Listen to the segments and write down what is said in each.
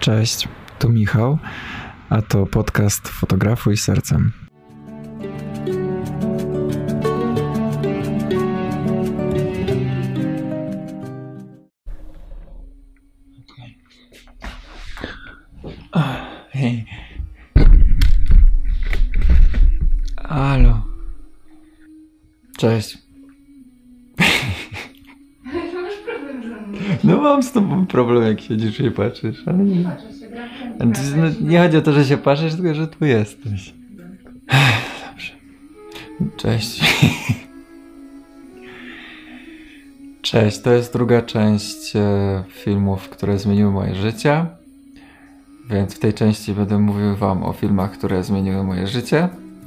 Cześć, tu Michał, a to podcast Fotografuj sercem. Hej. Halo. Cześć. Masz problem ze mną. No mam z tobą problem, jak siedzisz i patrzysz, ale nie. Nie chodzi o to, że się patrzysz, tylko że tu jesteś. Dobrze. Cześć. Cześć, to jest druga część filmów, które zmieniły moje życie. Więc w tej części będę mówił wam o filmach, które zmieniły moje życie.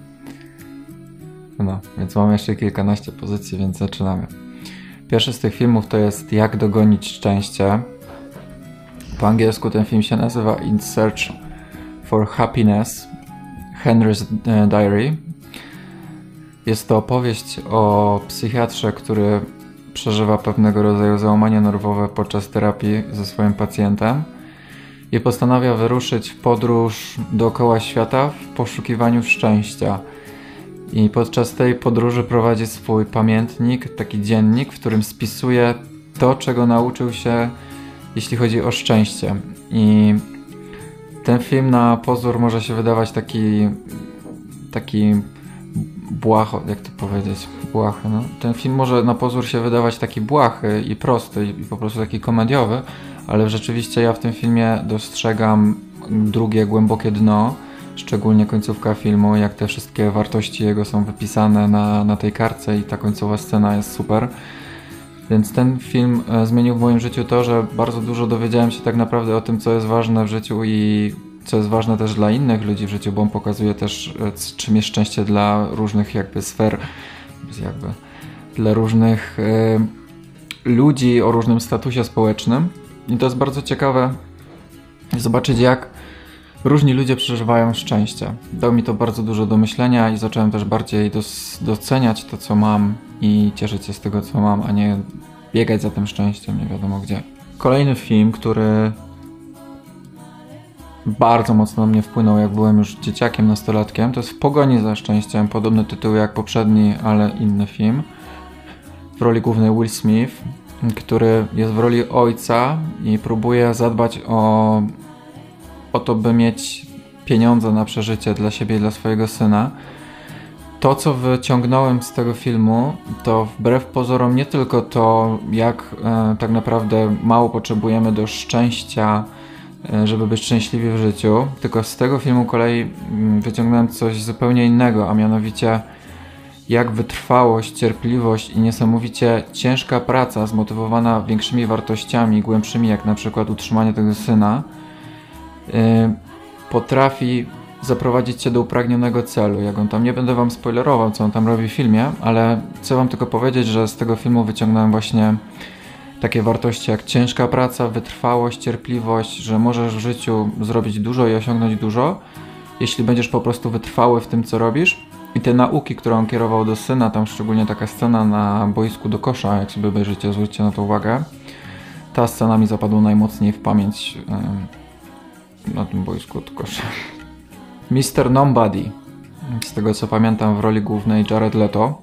No, więc mam jeszcze kilkanaście pozycji, więc zaczynamy. Pierwszy z tych filmów to jest Jak dogonić szczęście. Po angielsku ten film się nazywa In Search for Happiness, Henry's Diary. Jest to opowieść o psychiatrze, który przeżywa pewnego rodzaju załamanie nerwowe podczas terapii ze swoim pacjentem i postanawia wyruszyć w podróż dookoła świata w poszukiwaniu szczęścia. I podczas tej podróży prowadzi swój pamiętnik, taki dziennik, w którym spisuje to, czego nauczył się, jeśli chodzi o szczęście. I ten film na pozór może się wydawać taki błaho, jak to powiedzieć, błahy, no. Ten film może na pozór się wydawać taki błahy i prosty i po prostu taki komediowy, ale rzeczywiście ja w tym filmie dostrzegam drugie, głębokie dno, szczególnie końcówka filmu, jak te wszystkie wartości jego są wypisane na tej kartce i ta końcowa scena jest super. Więc ten film zmienił w moim życiu to, że bardzo dużo dowiedziałem się tak naprawdę o tym, co jest ważne w życiu i co jest ważne też dla innych ludzi w życiu, bo on pokazuje też, czym jest szczęście dla różnych jakby sfer, dla różnych ludzi o różnym statusie społecznym. I to jest bardzo ciekawe zobaczyć, jak różni ludzie przeżywają szczęście. Dało mi to bardzo dużo do myślenia i zacząłem też bardziej doceniać to, co mam i cieszyć się z tego, co mam, a nie biegać za tym szczęściem, nie wiadomo gdzie. Kolejny film, który bardzo mocno na mnie wpłynął, jak byłem już dzieciakiem, nastolatkiem, to jest W pogoni za szczęściem. Podobny tytuł jak poprzedni, ale inny film. W roli głównej Will Smith, który jest w roli ojca i próbuje zadbać o to, by mieć pieniądze na przeżycie dla siebie i dla swojego syna. To, co wyciągnąłem z tego filmu, to wbrew pozorom nie tylko to, jak tak naprawdę mało potrzebujemy do szczęścia, żeby być szczęśliwi w życiu, tylko z tego filmu kolei wyciągnąłem coś zupełnie innego, a mianowicie jak wytrwałość, cierpliwość i niesamowicie ciężka praca zmotywowana większymi wartościami, głębszymi, jak na przykład utrzymanie tego syna, potrafi zaprowadzić cię do upragnionego celu. Jak on tam, nie będę wam spoilerował, co on tam robi w filmie, ale chcę wam tylko powiedzieć, że z tego filmu wyciągnąłem właśnie takie wartości jak ciężka praca, wytrwałość, cierpliwość, że możesz w życiu zrobić dużo i osiągnąć dużo, jeśli będziesz po prostu wytrwały w tym, co robisz. I te nauki, które on kierował do syna, tam szczególnie taka scena na boisku do kosza, jak sobie obejrzycie, zwróćcie na to uwagę. Ta scena mi zapadła najmocniej w pamięć na tym boisku do kosza. Mr. Nobody. Z tego co pamiętam, w roli głównej Jared Leto.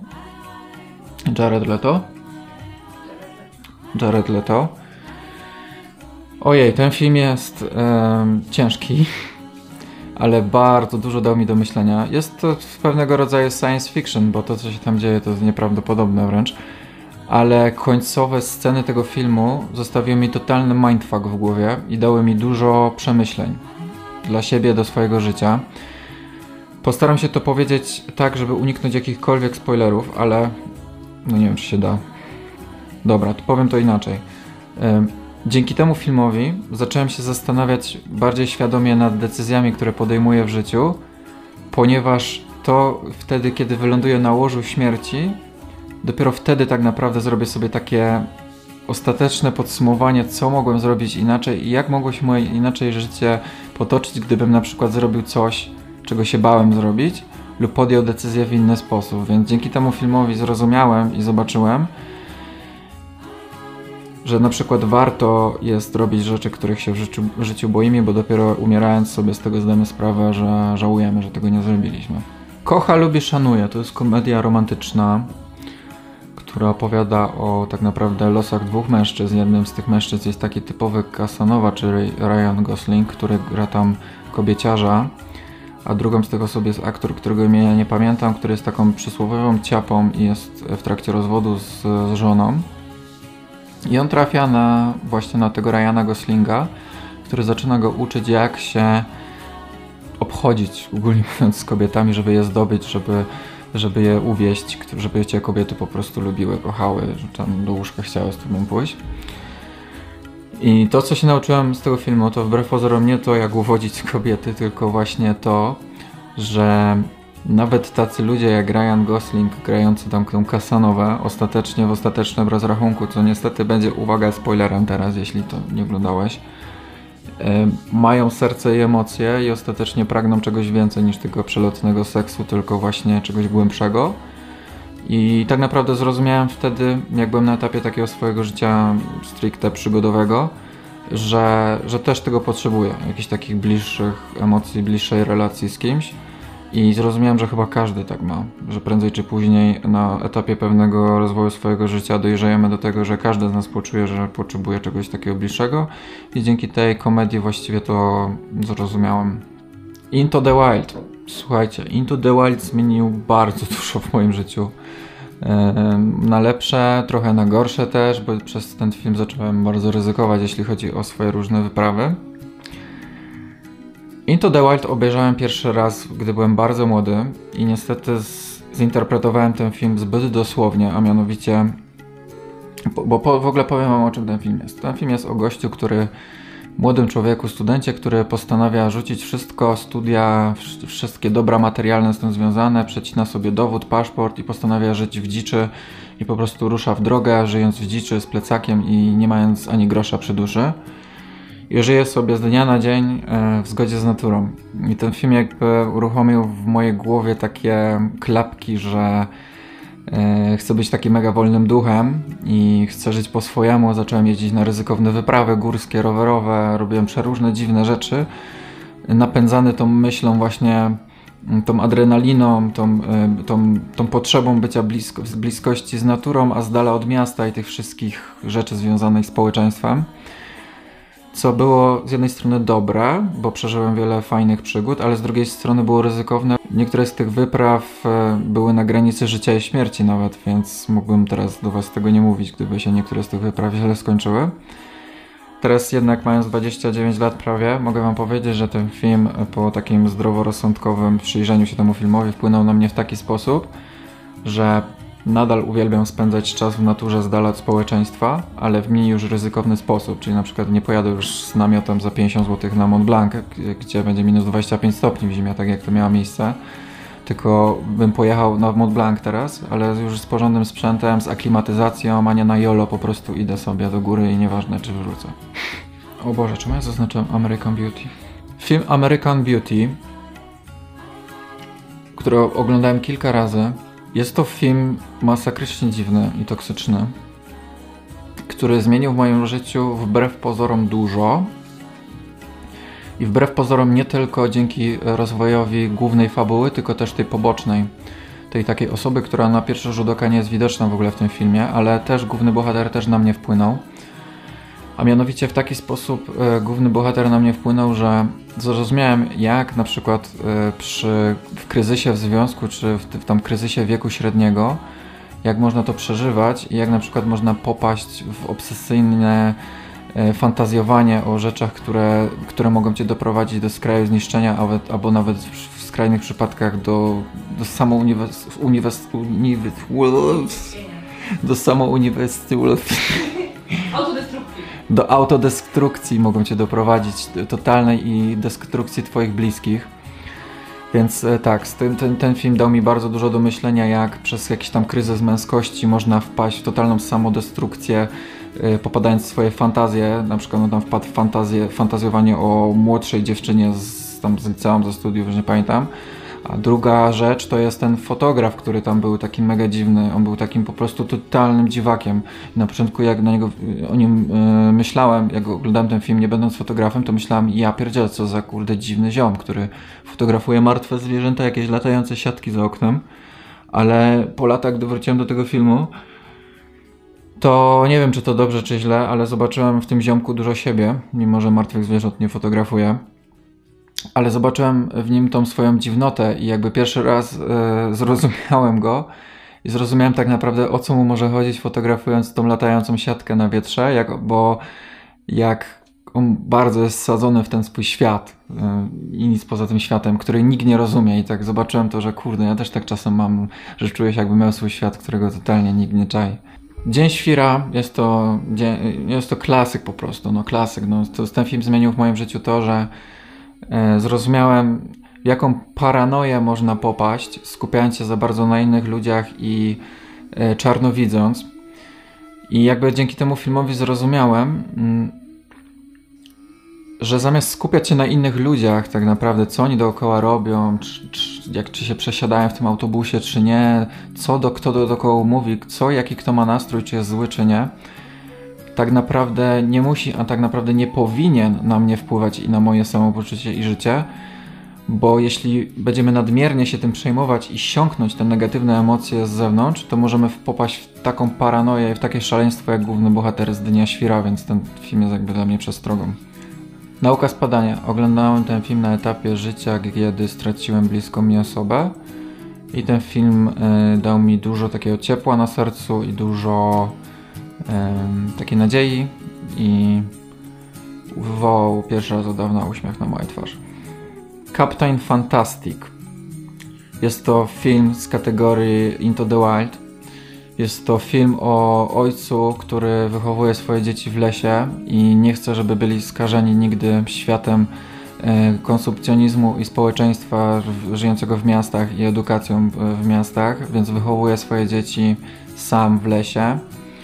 Ojej, ten film jest ciężki, ale bardzo dużo dał mi do myślenia. Jest to pewnego rodzaju science fiction, bo to, co się tam dzieje, to jest nieprawdopodobne wręcz. Ale końcowe sceny tego filmu zostawiły mi totalny mindfuck w głowie i dały mi dużo przemyśleń dla siebie, do swojego życia. Postaram się to powiedzieć tak, żeby uniknąć jakichkolwiek spoilerów, ale no nie wiem, czy się da. Dobra, to powiem to inaczej. Dzięki temu filmowi zacząłem się zastanawiać bardziej świadomie nad decyzjami, które podejmuję w życiu, ponieważ to wtedy, kiedy wyląduję na łożu śmierci, dopiero wtedy tak naprawdę zrobię sobie takie ostateczne podsumowanie, co mogłem zrobić inaczej i jak mogło się moje inaczej życie potoczyć, gdybym na przykład zrobił coś, czego się bałem zrobić lub podjął decyzję w inny sposób. Więc dzięki temu filmowi zrozumiałem i zobaczyłem, że na przykład warto jest robić rzeczy, których się w życiu boimy, bo dopiero umierając sobie z tego zdamy sprawę, że żałujemy, że tego nie zrobiliśmy. Kocha, lubi, szanuje. To jest komedia romantyczna, która opowiada o tak naprawdę losach dwóch mężczyzn. Jednym z tych mężczyzn jest taki typowy Casanova, czyli Ryan Gosling, który gra tam kobieciarza, a drugą z tych osób jest aktor, którego imienia nie pamiętam, który jest taką przysłowiową ciapą i jest w trakcie rozwodu z żoną. I on trafia właśnie na tego Ryana Goslinga, który zaczyna go uczyć, jak się obchodzić, ogólnie mówiąc, z kobietami, żeby je zdobyć, żeby je uwieść, żeby cię kobiety po prostu lubiły, kochały, że tam do łóżka chciały z tobą pójść. I to, co się nauczyłem z tego filmu, to wbrew pozorom nie to, jak uwodzić kobiety, tylko właśnie to, że nawet tacy ludzie jak Ryan Gosling, grający tam tą Casanovę, ostatecznie w ostatecznym rozrachunku, co niestety będzie, uwaga, spoilerem teraz, jeśli to nie oglądałeś, mają serce i emocje i ostatecznie pragną czegoś więcej niż tylko przelotnego seksu, tylko właśnie czegoś głębszego. I tak naprawdę zrozumiałem wtedy, jak byłem na etapie takiego swojego życia stricte przygodowego, że też tego potrzebuję, jakichś takich bliższych emocji, bliższej relacji z kimś. I zrozumiałem, że chyba każdy tak ma, że prędzej czy później na etapie pewnego rozwoju swojego życia dojrzejemy do tego, że każdy z nas poczuje, że potrzebuje czegoś takiego bliższego i dzięki tej komedii właściwie to zrozumiałem. Into the Wild. Słuchajcie, Into the Wild zmienił bardzo dużo w moim życiu. Na lepsze, trochę na gorsze też, bo przez ten film zacząłem bardzo ryzykować, jeśli chodzi o swoje różne wyprawy. Into the Wild obejrzałem pierwszy raz, gdy byłem bardzo młody i niestety zinterpretowałem ten film zbyt dosłownie, a mianowicie, w ogóle powiem wam, o czym ten film jest. Ten film jest o gościu, młodym człowieku, studencie, który postanawia rzucić wszystko, studia, wszystkie dobra materialne z tym związane, przecina sobie dowód, paszport i postanawia żyć w dziczy i po prostu rusza w drogę, żyjąc w dziczy z plecakiem i nie mając ani grosza przy duszy. I żyje sobie z dnia na dzień w zgodzie z naturą. I ten film jakby uruchomił w mojej głowie takie klapki, że chcę być takim mega wolnym duchem i chcę żyć po swojemu. Zacząłem jeździć na ryzykowne wyprawy górskie, rowerowe, robiłem przeróżne dziwne rzeczy. Napędzany tą myślą właśnie, tą adrenaliną, tą potrzebą bycia w bliskości z naturą, a z dala od miasta i tych wszystkich rzeczy związanych z społeczeństwem. Co było z jednej strony dobre, bo przeżyłem wiele fajnych przygód, ale z drugiej strony było ryzykowne. Niektóre z tych wypraw były na granicy życia i śmierci nawet, więc mógłbym teraz do was tego nie mówić, gdyby się niektóre z tych wypraw źle skończyły. Teraz jednak, mając 29 lat prawie, mogę wam powiedzieć, że ten film po takim zdroworozsądkowym przyjrzeniu się temu filmowi wpłynął na mnie w taki sposób, że nadal uwielbiam spędzać czas w naturze z dala od społeczeństwa, ale w mniej już ryzykowny sposób, czyli na przykład nie pojadę już z namiotem za 50 zł na Mont Blanc, gdzie będzie minus 25 stopni w zimie, tak jak to miało miejsce, tylko bym pojechał na Mont Blanc teraz, ale już z porządnym sprzętem, z aklimatyzacją, a nie na YOLO, po prostu idę sobie do góry i nieważne, czy wrócę. O Boże, czemu ja zaznaczyłem American Beauty? Film American Beauty, który oglądałem kilka razy. Jest to film masakrycznie dziwny i toksyczny, który zmienił w moim życiu wbrew pozorom dużo i wbrew pozorom nie tylko dzięki rozwojowi głównej fabuły, tylko też tej pobocznej, tej takiej osoby, która na pierwszy rzut oka nie jest widoczna w ogóle w tym filmie, ale też główny bohater też na mnie wpłynął. A mianowicie w taki sposób główny bohater na mnie wpłynął, że zrozumiałem, jak na przykład w kryzysie w związku, czy w tam kryzysie wieku średniego, jak można to przeżywać i jak na przykład można popaść w obsesyjne fantazjowanie o rzeczach, które mogą cię doprowadzić do skraju zniszczenia, albo nawet w skrajnych przypadkach do do autodestrukcji mogą cię doprowadzić, totalnej i destrukcji twoich bliskich. Więc tak, ten film dał mi bardzo dużo do myślenia, jak przez jakiś tam kryzys męskości można wpaść w totalną samodestrukcję, popadając w swoje fantazje. Na przykład tam wpadł w fantazjowanie o młodszej dziewczynie z liceum, ze studiów, już nie pamiętam. A druga rzecz to jest ten fotograf, który tam był taki mega dziwny. On był takim po prostu totalnym dziwakiem. I na początku jak o nim myślałem, jak oglądałem ten film nie będąc fotografem, to myślałem, ja pierdzielę, co za kurde dziwny ziom, który fotografuje martwe zwierzęta, jakieś latające siatki za oknem. Ale po latach, gdy wróciłem do tego filmu, to nie wiem, czy to dobrze, czy źle, ale zobaczyłem w tym ziomku dużo siebie, mimo że martwych zwierząt nie fotografuję. Ale zobaczyłem w nim tą swoją dziwnotę i jakby pierwszy raz zrozumiałem go i zrozumiałem tak naprawdę, o co mu może chodzić, fotografując tą latającą siatkę na wietrze, bo jak on bardzo jest sadzony w ten swój świat i nic poza tym światem, który nikt nie rozumie i tak zobaczyłem to, że kurde, ja też tak czasem mam, że czuję się jakby miał swój świat, którego totalnie nikt nie czai. Dzień Świra jest to klasyk po prostu, no klasyk. No, ten film zmienił w moim życiu to, że zrozumiałem, w jaką paranoję można popaść, skupiając się za bardzo na innych ludziach i czarno widząc. I jakby dzięki temu filmowi zrozumiałem, że zamiast skupiać się na innych ludziach, tak naprawdę, co oni dookoła robią, czy się przesiadają w tym autobusie, czy nie, kto dookoła mówi, jaki kto ma nastrój, czy jest zły, czy nie, tak naprawdę nie musi, a tak naprawdę nie powinien na mnie wpływać i na moje samopoczucie i życie, bo jeśli będziemy nadmiernie się tym przejmować i siąknąć te negatywne emocje z zewnątrz, to możemy popaść w taką paranoję i w takie szaleństwo jak główny bohater z Dnia Świra, więc ten film jest jakby dla mnie przestrogą. Nauka spadania. Oglądałem ten film na etapie życia, kiedy straciłem bliską mi osobę i ten film dał mi dużo takiego ciepła na sercu i dużo takiej nadziei i wywołał pierwszy raz od dawna uśmiech na mojej twarzy. Captain Fantastic. Jest to film z kategorii Into the Wild. Jest to film o ojcu, który wychowuje swoje dzieci w lesie i nie chce, żeby byli skażeni nigdy światem konsumpcjonizmu i społeczeństwa żyjącego w miastach i edukacją w miastach, więc wychowuje swoje dzieci sam w lesie.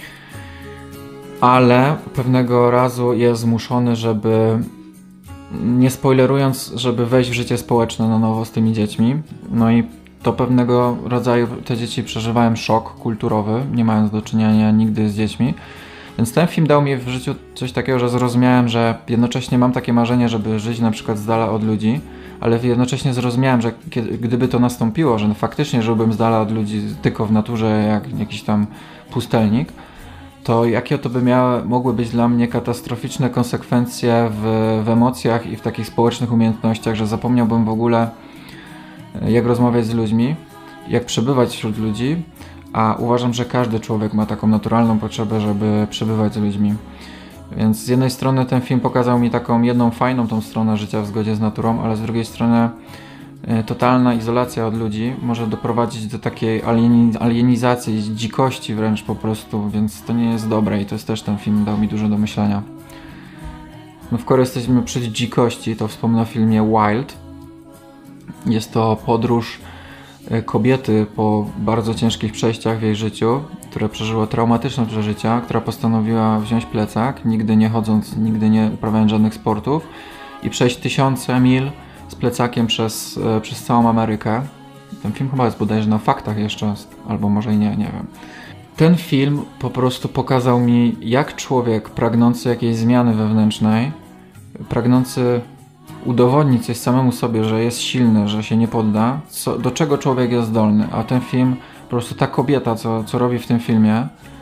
Ale pewnego razu jest zmuszony, żeby, nie spoilerując, żeby wejść w życie społeczne na nowo z tymi dziećmi. No i to pewnego rodzaju te dzieci przeżywają szok kulturowy, nie mając do czynienia nigdy z dziećmi. Więc ten film dał mi w życiu coś takiego, że zrozumiałem, że jednocześnie mam takie marzenie, żeby żyć na przykład z dala od ludzi, ale jednocześnie zrozumiałem, że gdyby to nastąpiło, że faktycznie żyłbym z dala od ludzi tylko w naturze jak jakiś tam pustelnik, to jakie to by mogły być dla mnie katastroficzne konsekwencje w emocjach i w takich społecznych umiejętnościach, że zapomniałbym w ogóle jak rozmawiać z ludźmi, jak przebywać wśród ludzi, a uważam, że każdy człowiek ma taką naturalną potrzebę, żeby przebywać z ludźmi. Więc z jednej strony ten film pokazał mi taką jedną fajną tą stronę życia w zgodzie z naturą, ale z drugiej strony totalna izolacja od ludzi może doprowadzić do takiej alienizacji, dzikości wręcz po prostu, więc to nie jest dobre i to jest też ten film dał mi dużo do myślenia. No skoro jesteśmy przy dzikości, to wspomnę o filmie Wild. Jest to podróż kobiety po bardzo ciężkich przejściach w jej życiu, które przeżyło traumatyczne przeżycia, która postanowiła wziąć plecak, nigdy nie chodząc, nigdy nie uprawiając żadnych sportów i przejść 1000 mil z plecakiem przez całą Amerykę. Ten film chyba jest bodajże na faktach jeszcze, albo może i nie wiem. Ten film po prostu pokazał mi, jak człowiek pragnący jakiejś zmiany wewnętrznej, pragnący udowodnić coś samemu sobie, że jest silny, że się nie podda, do czego człowiek jest zdolny. A ten film, po prostu ta kobieta, co robi w tym filmie,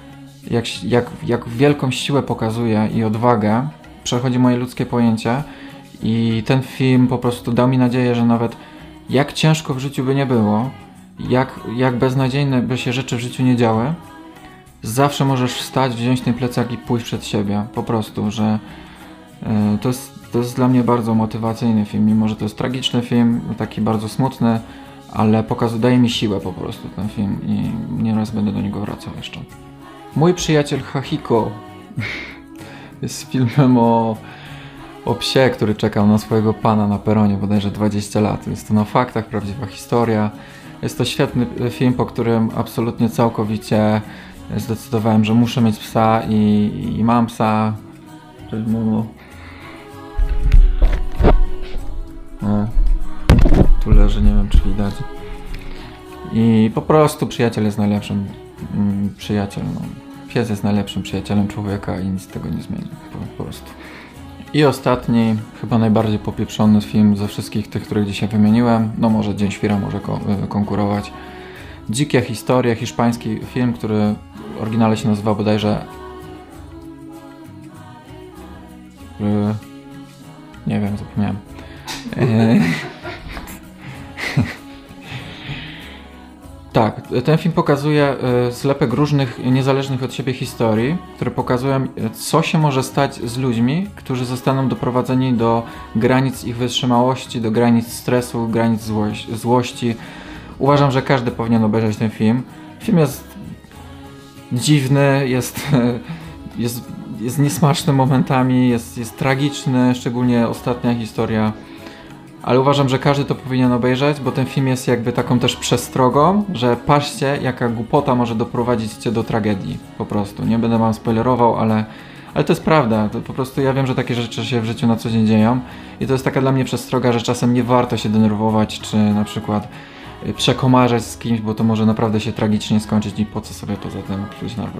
jak wielką siłę pokazuje i odwagę, przechodzi moje ludzkie pojęcie i ten film po prostu dał mi nadzieję, że nawet jak ciężko w życiu by nie było, jak beznadziejne by się rzeczy w życiu nie działy, zawsze możesz wstać, wziąć ten plecak i pójść przed siebie. Po prostu, że to jest dla mnie bardzo motywacyjny film, mimo że to jest tragiczny film, taki bardzo smutny, ale daje mi siłę po prostu ten film i nieraz będę do niego wracał jeszcze. Mój przyjaciel Hachiko jest filmem o psie, który czekał na swojego pana na peronie bodajże 20 lat. Jest to na faktach prawdziwa historia. Jest to świetny film, po którym absolutnie całkowicie zdecydowałem, że muszę mieć psa i mam psa. Cześć, mamo. O, tu leży, nie wiem czy widać. widać. I po prostu przyjaciel jest najlepszym przyjacielem. No. Pies jest najlepszym przyjacielem człowieka i nic z tego nie zmieni. Po prostu. I ostatni, chyba najbardziej popieprzony film ze wszystkich tych, których dzisiaj wymieniłem. No może Dzień Świra może konkurować. Dzikie historie, hiszpański film, który w oryginale się nazywa bodajże... Nie wiem, zapomniałem. Tak, ten film pokazuje zlepek różnych, niezależnych od siebie historii, które pokazują, co się może stać z ludźmi, którzy zostaną doprowadzeni do granic ich wytrzymałości, do granic stresu, granic złości. Uważam, że każdy powinien obejrzeć ten film. Film jest dziwny, jest niesmaczny momentami, jest tragiczny, szczególnie ostatnia historia. Ale uważam, że każdy to powinien obejrzeć, bo ten film jest jakby taką też przestrogą, że patrzcie, jaka głupota może doprowadzić cię do tragedii. Po prostu. Nie będę wam spoilerował, ale to jest prawda. To po prostu ja wiem, że takie rzeczy się w życiu na co dzień dzieją i to jest taka dla mnie przestroga, że czasem nie warto się denerwować, czy na przykład przekomarzać z kimś, bo to może naprawdę się tragicznie skończyć i po co sobie poza tym psuć nerwy.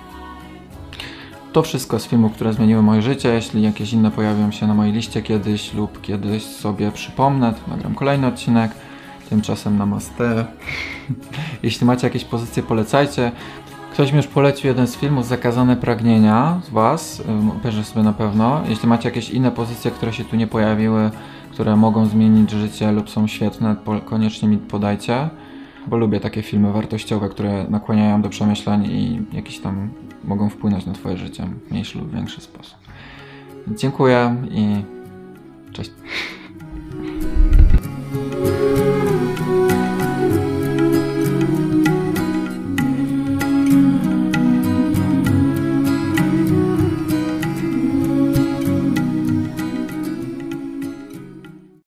To wszystko z filmów, które zmieniły moje życie. Jeśli jakieś inne pojawią się na mojej liście kiedyś lub kiedyś sobie przypomnę, to nagram kolejny odcinek. Tymczasem namaste. Jeśli macie jakieś pozycje, polecajcie. Ktoś mi już polecił jeden z filmów, Zakazane Pragnienia z was. Obejrzę sobie na pewno. Jeśli macie jakieś inne pozycje, które się tu nie pojawiły, które mogą zmienić życie lub są świetne, koniecznie mi podajcie. Bo lubię takie filmy wartościowe, które nakłaniają do przemyśleń i jakiś tam mogą wpłynąć na twoje życie w mniejszy lub większy sposób. Dziękuję i cześć.